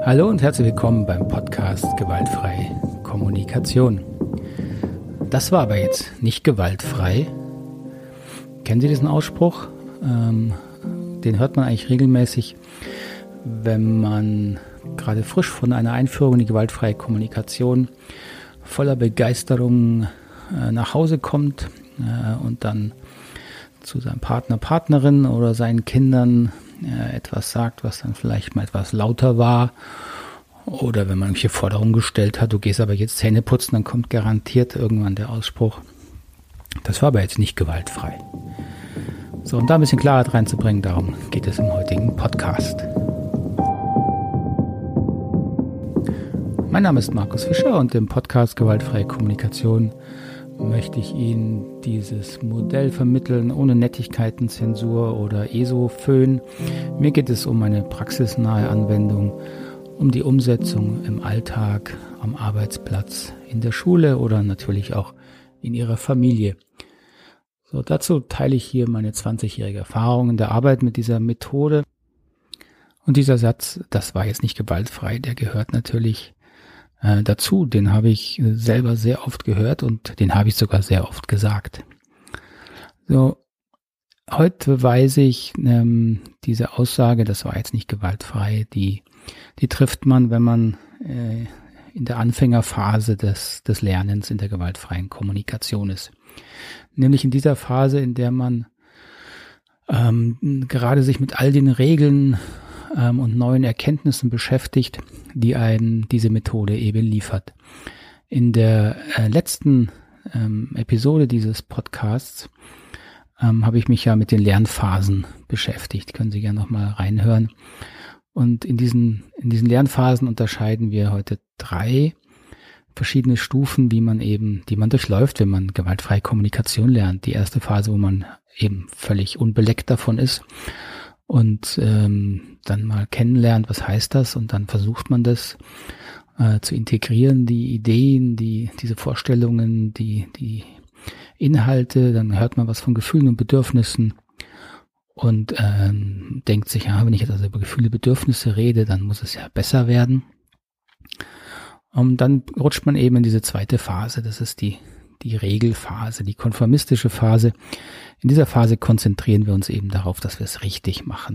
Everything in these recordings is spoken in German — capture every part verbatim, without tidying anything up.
Hallo und herzlich willkommen beim Podcast Gewaltfrei Kommunikation. Das war aber jetzt nicht gewaltfrei. Kennen Sie diesen Ausspruch? Ähm, den hört man eigentlich regelmäßig, wenn man gerade frisch von einer Einführung in die gewaltfreie Kommunikation voller Begeisterung äh, nach Hause kommt äh, und dann zu seinem Partner, Partnerin oder seinen Kindern äh, etwas sagt, was dann vielleicht mal etwas lauter war. Oder wenn man irgendwelche Forderungen gestellt hat, du gehst aber jetzt Zähne putzen, dann kommt garantiert irgendwann der Ausspruch, das war aber jetzt nicht gewaltfrei. So, und da ein bisschen Klarheit reinzubringen, darum geht es im heutigen Podcast. Mein Name ist Markus Fischer und im Podcast Gewaltfreie Kommunikation möchte ich Ihnen dieses Modell vermitteln, ohne Nettigkeiten, Zensur oder E S O-Föhn. Mir geht es um eine praxisnahe Anwendung, um die Umsetzung im Alltag, am Arbeitsplatz, in der Schule oder natürlich auch in Ihrer Familie. So, dazu teile ich hier meine zwanzigjährige Erfahrung in der Arbeit mit dieser Methode. Und dieser Satz, das war jetzt nicht gewaltfrei, der gehört natürlich äh, dazu. Den habe ich selber sehr oft gehört und den habe ich sogar sehr oft gesagt. So, heute weiß ich, ähm, diese Aussage, das war jetzt nicht gewaltfrei, die, die trifft man, wenn man äh, in der Anfängerphase des, des Lernens in der gewaltfreien Kommunikation ist. Nämlich in dieser Phase, in der man ähm, gerade sich mit all den Regeln ähm, und neuen Erkenntnissen beschäftigt, die einem diese Methode eben liefert. In der äh, letzten ähm, Episode dieses Podcasts ähm, habe ich mich ja mit den Lernphasen beschäftigt. Können Sie gerne nochmal reinhören. Und in diesen, in diesen Lernphasen unterscheiden wir heute drei verschiedene Stufen, wie man eben, die man durchläuft, wenn man gewaltfreie Kommunikation lernt. Die erste Phase, wo man eben völlig unbeleckt davon ist und ähm, dann mal kennenlernt, was heißt das, und dann versucht man das äh, zu integrieren, die Ideen, die diese Vorstellungen, die die Inhalte. Dann hört man was von Gefühlen und Bedürfnissen und ähm, denkt sich, ja, wenn ich jetzt also über Gefühle, Bedürfnisse rede, dann muss es ja besser werden. Und dann rutscht man eben in diese zweite Phase, das ist die, die Regelphase, die konformistische Phase. In dieser Phase konzentrieren wir uns eben darauf, dass wir es richtig machen.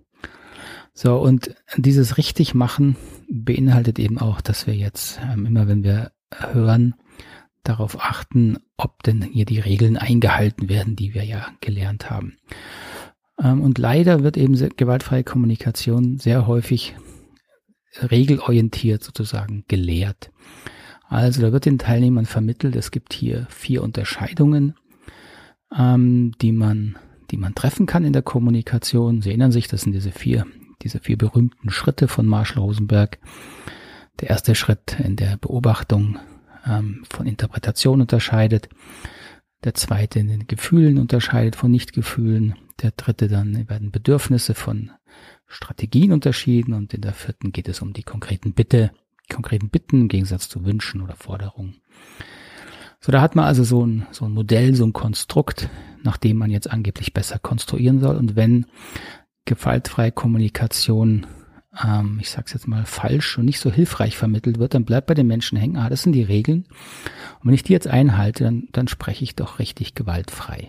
So, und dieses richtig machen beinhaltet eben auch, dass wir jetzt ähm, immer, wenn wir hören, darauf achten, ob denn hier die Regeln eingehalten werden, die wir ja gelernt haben. Ähm, und leider wird eben gewaltfreie Kommunikation sehr häufig regelorientiert sozusagen gelehrt. Also da wird den Teilnehmern vermittelt, es gibt hier vier Unterscheidungen, ähm, die man, die man treffen kann in der Kommunikation. Sie erinnern sich, das sind diese vier, diese vier berühmten Schritte von Marshall Rosenberg. Der erste Schritt in der Beobachtung ähm, von Interpretation unterscheidet. Der zweite in den Gefühlen unterscheidet von Nichtgefühlen. Der dritte dann werden Bedürfnisse von Strategien unterschieden und in der vierten geht es um die konkreten Bitte, konkreten Bitten im Gegensatz zu Wünschen oder Forderungen. So, da hat man also so ein, so ein Modell, so ein Konstrukt, nach dem man jetzt angeblich besser konstruieren soll. Und wenn gewaltfreie Kommunikation, ähm, ich sag's jetzt mal falsch und nicht so hilfreich vermittelt wird, dann bleibt bei den Menschen hängen, ah, das sind die Regeln. Und wenn ich die jetzt einhalte, dann, dann spreche ich doch richtig gewaltfrei.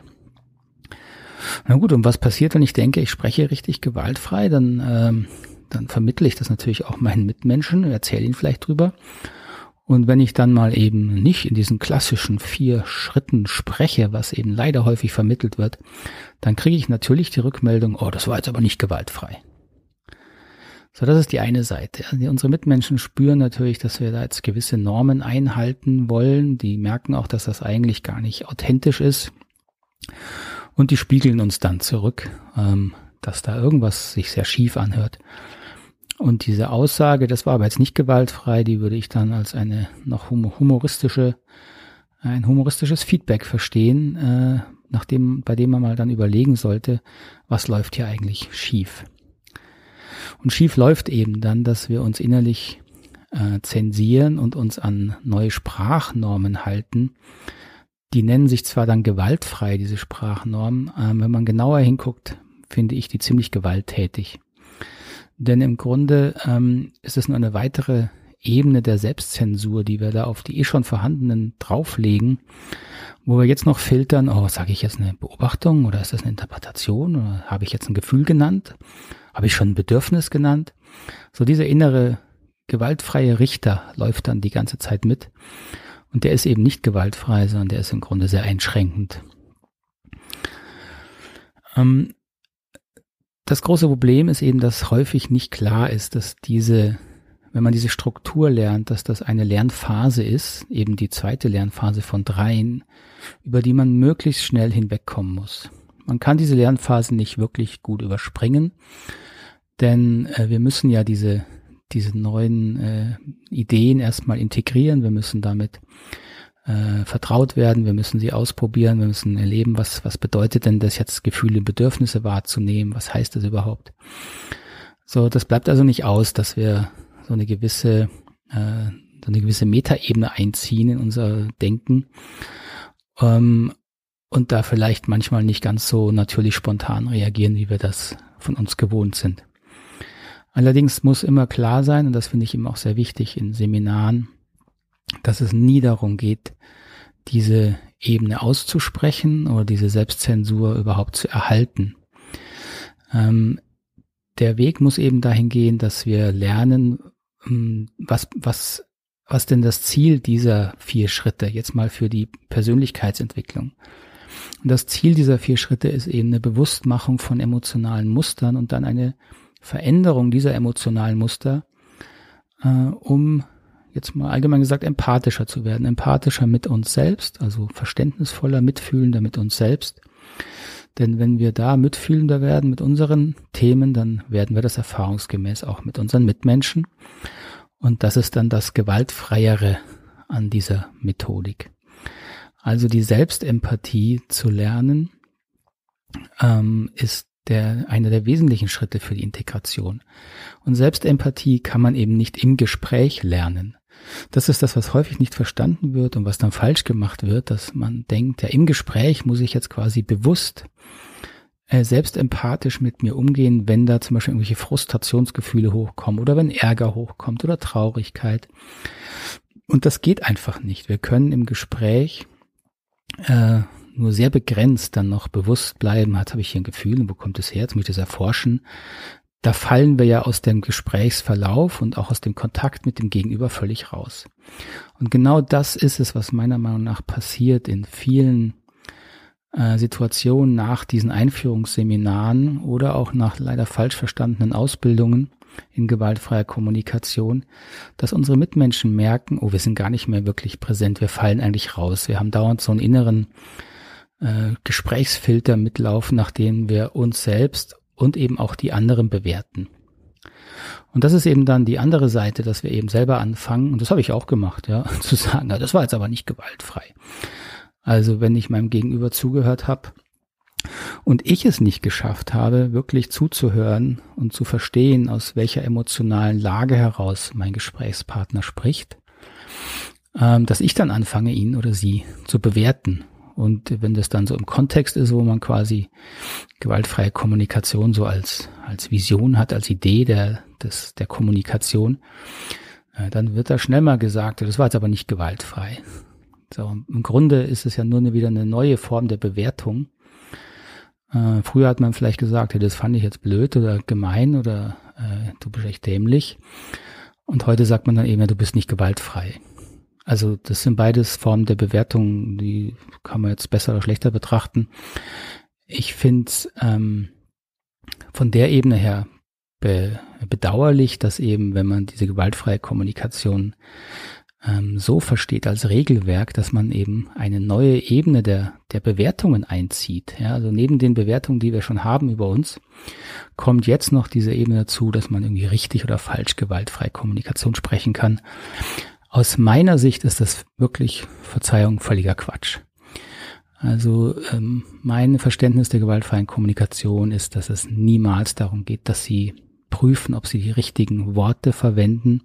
Na gut, und was passiert, wenn ich denke, ich spreche richtig gewaltfrei? Dann, ähm, dann vermittle ich das natürlich auch meinen Mitmenschen, erzähle ihnen vielleicht drüber. Und wenn ich dann mal eben nicht in diesen klassischen vier Schritten spreche, was eben leider häufig vermittelt wird, dann kriege ich natürlich die Rückmeldung, oh, das war jetzt aber nicht gewaltfrei. So, das ist die eine Seite. Also unsere Mitmenschen spüren natürlich, dass wir da jetzt gewisse Normen einhalten wollen. Die merken auch, dass das eigentlich gar nicht authentisch ist. Und die spiegeln uns dann zurück, ähm, dass da irgendwas sich sehr schief anhört. Und diese Aussage, das war aber jetzt nicht gewaltfrei, die würde ich dann als eine noch humoristische, ein humoristisches Feedback verstehen, äh, nachdem, bei dem man mal dann überlegen sollte, was läuft hier eigentlich schief. Und schief läuft eben dann, dass wir uns innerlich äh, zensieren und uns an neue Sprachnormen halten. Die nennen sich zwar dann gewaltfrei, diese Sprachnormen, äh, wenn man genauer hinguckt, finde ich die ziemlich gewalttätig. Denn im Grunde ähm, ist es nur eine weitere Ebene der Selbstzensur, die wir da auf die eh schon vorhandenen drauflegen, wo wir jetzt noch filtern, oh, sage ich jetzt eine Beobachtung oder ist das eine Interpretation oder habe ich jetzt ein Gefühl genannt? Habe ich schon ein Bedürfnis genannt? So dieser innere gewaltfreie Richter läuft dann die ganze Zeit mit und der ist eben nicht gewaltfrei, sondern der ist im Grunde sehr einschränkend. Ähm, das große Problem ist eben, dass häufig nicht klar ist, dass diese, wenn man diese Struktur lernt, dass das eine Lernphase ist, eben die zweite Lernphase von dreien, über die man möglichst schnell hinwegkommen muss. Man kann diese Lernphase nicht wirklich gut überspringen, denn äh, wir müssen ja diese diese neuen äh, Ideen erstmal integrieren, wir müssen damit äh, vertraut werden, wir müssen sie ausprobieren, wir müssen erleben, was was bedeutet denn das jetzt, Gefühle, Bedürfnisse wahrzunehmen, was heißt das überhaupt? So, das bleibt also nicht aus, dass wir so eine gewisse äh, so eine gewisse Metaebene einziehen in unser Denken ähm, und da vielleicht manchmal nicht ganz so natürlich spontan reagieren, wie wir das von uns gewohnt sind. Allerdings muss immer klar sein, und das finde ich eben auch sehr wichtig in Seminaren, dass es nie darum geht, diese Ebene auszusprechen oder diese Selbstzensur überhaupt zu erhalten. Ähm, der Weg muss eben dahin gehen, dass wir lernen, was, was, was denn das Ziel dieser vier Schritte, jetzt mal für die Persönlichkeitsentwicklung. Und das Ziel dieser vier Schritte ist eben eine Bewusstmachung von emotionalen Mustern und dann eine Veränderung dieser emotionalen Muster, äh, um jetzt mal allgemein gesagt empathischer zu werden, empathischer mit uns selbst, also verständnisvoller, mitfühlender mit uns selbst. Denn wenn wir da mitfühlender werden mit unseren Themen, dann werden wir das erfahrungsgemäß auch mit unseren Mitmenschen. Und das ist dann das Gewaltfreiere an dieser Methodik. Also die Selbstempathie zu lernen, ähm, ist der, einer der wesentlichen Schritte für die Integration. Und Selbstempathie kann man eben nicht im Gespräch lernen. Das ist das, was häufig nicht verstanden wird und was dann falsch gemacht wird, dass man denkt, ja, im Gespräch muss ich jetzt quasi bewusst äh, selbstempathisch mit mir umgehen, wenn da zum Beispiel irgendwelche Frustrationsgefühle hochkommen oder wenn Ärger hochkommt oder Traurigkeit. Und das geht einfach nicht. Wir können im Gespräch äh, nur sehr begrenzt dann noch bewusst bleiben, jetzt habe ich hier ein Gefühl, und wo kommt es her, jetzt muss ich das erforschen. Da fallen wir ja aus dem Gesprächsverlauf und auch aus dem Kontakt mit dem Gegenüber völlig raus. Und genau das ist es, was meiner Meinung nach passiert in vielen äh, Situationen nach diesen Einführungsseminaren oder auch nach leider falsch verstandenen Ausbildungen in gewaltfreier Kommunikation, dass unsere Mitmenschen merken, oh, wir sind gar nicht mehr wirklich präsent, wir fallen eigentlich raus. Wir haben dauernd so einen inneren äh, Gesprächsfilter mitlaufen, nach dem wir uns selbst und eben auch die anderen bewerten. Und das ist eben dann die andere Seite, dass wir eben selber anfangen, und das habe ich auch gemacht, ja, zu sagen, na, das war jetzt aber nicht gewaltfrei. Also wenn ich meinem Gegenüber zugehört habe und ich es nicht geschafft habe, wirklich zuzuhören und zu verstehen, aus welcher emotionalen Lage heraus mein Gesprächspartner spricht, ähm, dass ich dann anfange, ihn oder sie zu bewerten. Und wenn das dann so im Kontext ist, wo man quasi gewaltfreie Kommunikation so als als Vision hat, als Idee der des der Kommunikation, äh, dann wird da schnell mal gesagt, das war jetzt aber nicht gewaltfrei. So, im Grunde ist es ja nur eine, wieder eine neue Form der Bewertung. Äh, früher hat man vielleicht gesagt, ja, das fand ich jetzt blöd oder gemein oder äh, du bist echt dämlich. Und heute sagt man dann eben, ja, du bist nicht gewaltfrei. Also das sind beides Formen der Bewertung, die kann man jetzt besser oder schlechter betrachten. Ich finde es ähm, von der Ebene her be- bedauerlich, dass eben, wenn man diese gewaltfreie Kommunikation ähm, so versteht als Regelwerk, dass man eben eine neue Ebene der der Bewertungen einzieht. Ja, also neben den Bewertungen, die wir schon haben über uns, kommt jetzt noch diese Ebene dazu, dass man irgendwie richtig oder falsch gewaltfreie Kommunikation sprechen kann. Aus meiner Sicht ist das wirklich, Verzeihung, völliger Quatsch. Also ähm, mein Verständnis der gewaltfreien Kommunikation ist, dass es niemals darum geht, dass Sie prüfen, ob Sie die richtigen Worte verwenden,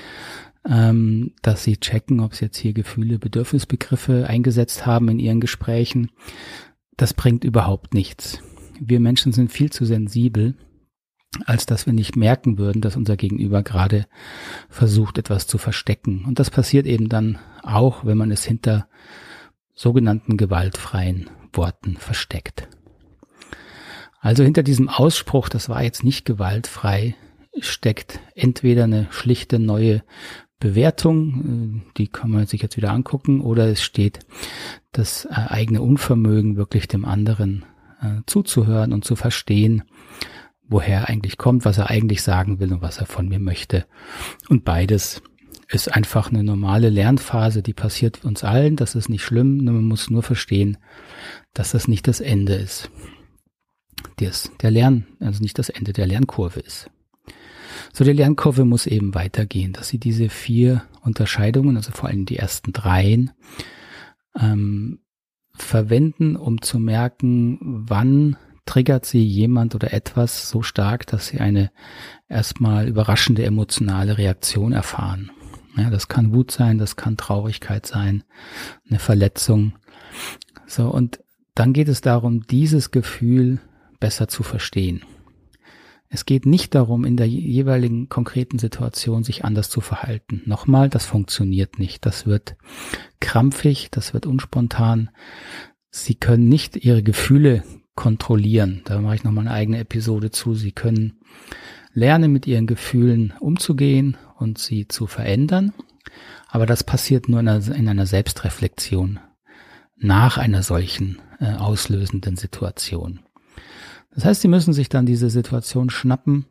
ähm, dass Sie checken, ob Sie jetzt hier Gefühle, Bedürfnisbegriffe eingesetzt haben in Ihren Gesprächen. Das bringt überhaupt nichts. Wir Menschen sind viel zu sensibel, als dass wir nicht merken würden, dass unser Gegenüber gerade versucht, etwas zu verstecken. Und das passiert eben dann auch, wenn man es hinter sogenannten gewaltfreien Worten versteckt. Also hinter diesem Ausspruch, das war jetzt nicht gewaltfrei, steckt entweder eine schlichte neue Bewertung, die kann man sich jetzt wieder angucken, oder es steht das eigene Unvermögen, wirklich dem anderen äh, zuzuhören und zu verstehen, woher er eigentlich kommt, was er eigentlich sagen will und was er von mir möchte. Und beides ist einfach eine normale Lernphase, die passiert uns allen, das ist nicht schlimm, man muss nur verstehen, dass das nicht das Ende ist. Das, der Lern, also nicht das Ende der Lernkurve ist. So, die Lernkurve muss eben weitergehen, dass sie diese vier Unterscheidungen, also vor allem die ersten dreien, ähm, verwenden, um zu merken, wann triggert sie jemand oder etwas so stark, dass sie eine erstmal überraschende emotionale Reaktion erfahren. Ja, das kann Wut sein, das kann Traurigkeit sein, eine Verletzung. So, und dann geht es darum, dieses Gefühl besser zu verstehen. Es geht nicht darum, in der jeweiligen konkreten Situation sich anders zu verhalten. Nochmal, das funktioniert nicht. Das wird krampfig, das wird unspontan. Sie können nicht Ihre Gefühle kontrollieren. Da mache ich nochmal eine eigene Episode zu. Sie können lernen, mit Ihren Gefühlen umzugehen und sie zu verändern. Aber das passiert nur in einer, in einer Selbstreflexion nach einer solchen äh, auslösenden Situation. Das heißt, Sie müssen sich dann diese Situation schnappen,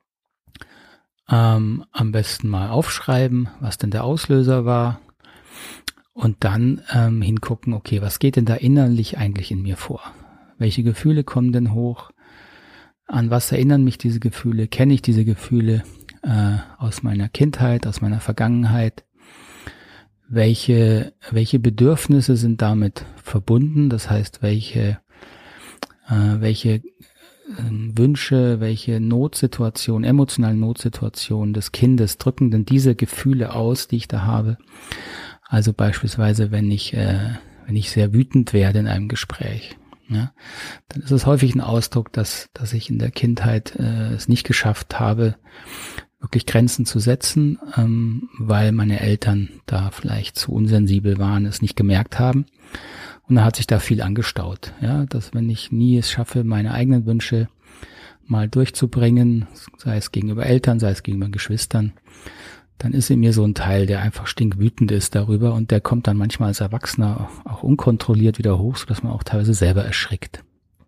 ähm, am besten mal aufschreiben, was denn der Auslöser war und dann ähm, hingucken, okay, was geht denn da innerlich eigentlich in mir vor? Welche Gefühle kommen denn hoch? An was erinnern mich diese Gefühle? Kenne ich diese Gefühle äh, aus meiner Kindheit, aus meiner Vergangenheit? Welche, welche Bedürfnisse sind damit verbunden? Das heißt, welche Äh, welche äh, Wünsche, welche Notsituation, emotionalen Notsituationen des Kindes drücken denn diese Gefühle aus, die ich da habe? Also beispielsweise, wenn ich, äh, wenn ich sehr wütend werde in einem Gespräch, ja, dann ist es häufig ein Ausdruck, dass, dass ich in der Kindheit äh, es nicht geschafft habe, wirklich Grenzen zu setzen, ähm, weil meine Eltern da vielleicht zu unsensibel waren, es nicht gemerkt haben. Und da hat sich da viel angestaut, ja, dass wenn ich nie es schaffe, meine eigenen Wünsche mal durchzubringen, sei es gegenüber Eltern, sei es gegenüber Geschwistern, dann ist in mir so ein Teil, der einfach stinkwütend ist darüber und der kommt dann manchmal als Erwachsener auch unkontrolliert wieder hoch, sodass man auch teilweise selber erschrickt.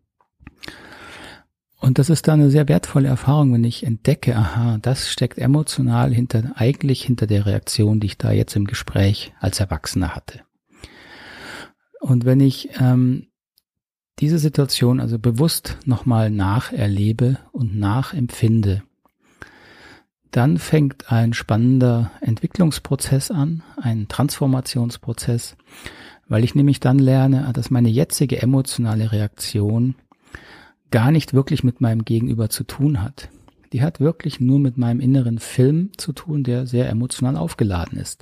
Und das ist dann eine sehr wertvolle Erfahrung, wenn ich entdecke, aha, das steckt emotional hinter, eigentlich hinter der Reaktion, die ich da jetzt im Gespräch als Erwachsener hatte. Und wenn ich ähm, diese Situation also bewusst nochmal nacherlebe und nachempfinde, dann fängt ein spannender Entwicklungsprozess an, ein Transformationsprozess, weil ich nämlich dann lerne, dass meine jetzige emotionale Reaktion gar nicht wirklich mit meinem Gegenüber zu tun hat. Die hat wirklich nur mit meinem inneren Film zu tun, der sehr emotional aufgeladen ist.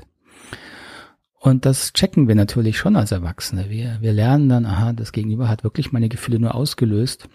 Und das checken wir natürlich schon als Erwachsene. Wir, wir lernen dann, aha, das Gegenüber hat wirklich meine Gefühle nur ausgelöst.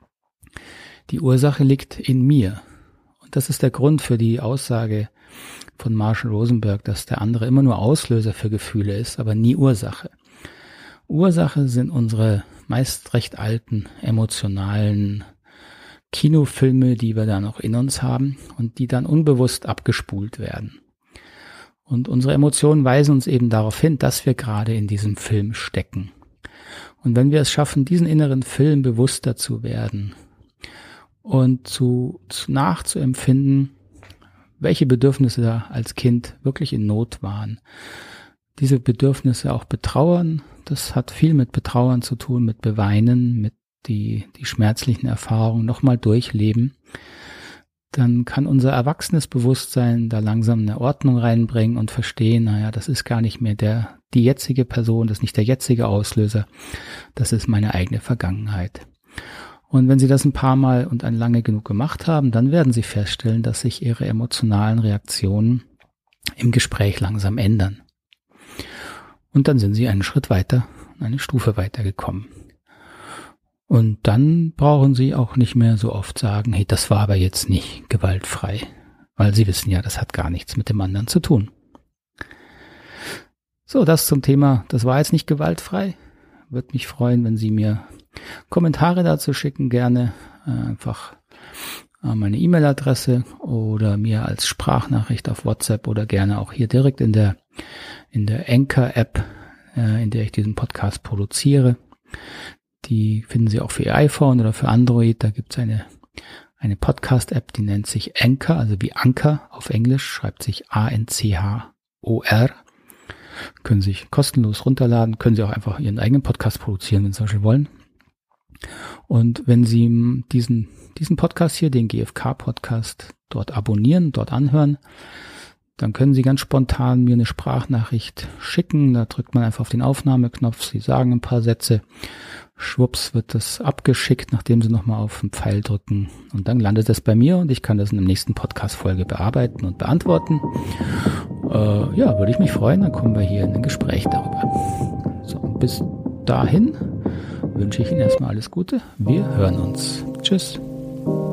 Die Ursache liegt in mir. Und das ist der Grund für die Aussage von Marshall Rosenberg, dass der andere immer nur Auslöser für Gefühle ist, aber nie Ursache. Ursache sind unsere meist recht alten, emotionalen Kinofilme, die wir da noch in uns haben und die dann unbewusst abgespult werden. Und unsere Emotionen weisen uns eben darauf hin, dass wir gerade in diesem Film stecken. Und wenn wir es schaffen, diesen inneren Film bewusster zu werden und zu, zu nachzuempfinden, welche Bedürfnisse da als Kind wirklich in Not waren, diese Bedürfnisse auch betrauern, das hat viel mit Betrauern zu tun, mit Beweinen, mit die, die schmerzlichen Erfahrungen nochmal durchleben, dann kann unser erwachsenes Bewusstsein da langsam eine Ordnung reinbringen und verstehen, naja, das ist gar nicht mehr der, die jetzige Person, das ist nicht der jetzige Auslöser, das ist meine eigene Vergangenheit. Und wenn Sie das ein paar Mal und ein lange genug gemacht haben, dann werden Sie feststellen, dass sich Ihre emotionalen Reaktionen im Gespräch langsam ändern. Und dann sind Sie einen Schritt weiter, eine Stufe weiter gekommen. Und dann brauchen Sie auch nicht mehr so oft sagen, hey, das war aber jetzt nicht gewaltfrei, weil Sie wissen ja, das hat gar nichts mit dem anderen zu tun. So, das zum Thema, das war jetzt nicht gewaltfrei. Würde mich freuen, wenn Sie mir Kommentare dazu schicken, gerne einfach an meine E-Mail-Adresse oder mir als Sprachnachricht auf WhatsApp oder gerne auch hier direkt in der in der Anchor-App, in der ich diesen Podcast produziere. Die finden Sie auch für Ihr iPhone oder für Android. Da gibt es eine eine Podcast-App, die nennt sich Anchor, also wie Anker auf Englisch, schreibt sich A N C H O R. Können Sie sich kostenlos runterladen, können Sie auch einfach Ihren eigenen Podcast produzieren, wenn Sie zum Beispiel wollen. Und wenn Sie diesen diesen Podcast hier, den G F K-Podcast, dort abonnieren, dort anhören, dann können Sie ganz spontan mir eine Sprachnachricht schicken. Da drückt man einfach auf den Aufnahmeknopf, Sie sagen ein paar Sätze, schwupps wird das abgeschickt, nachdem Sie nochmal auf den Pfeil drücken. Und dann landet es bei mir und ich kann das in der nächsten Podcast-Folge bearbeiten und beantworten. Äh, ja, würde ich mich freuen, dann kommen wir hier in ein Gespräch darüber. So, und bis dahin wünsche ich Ihnen erstmal alles Gute. Wir hören uns. Tschüss.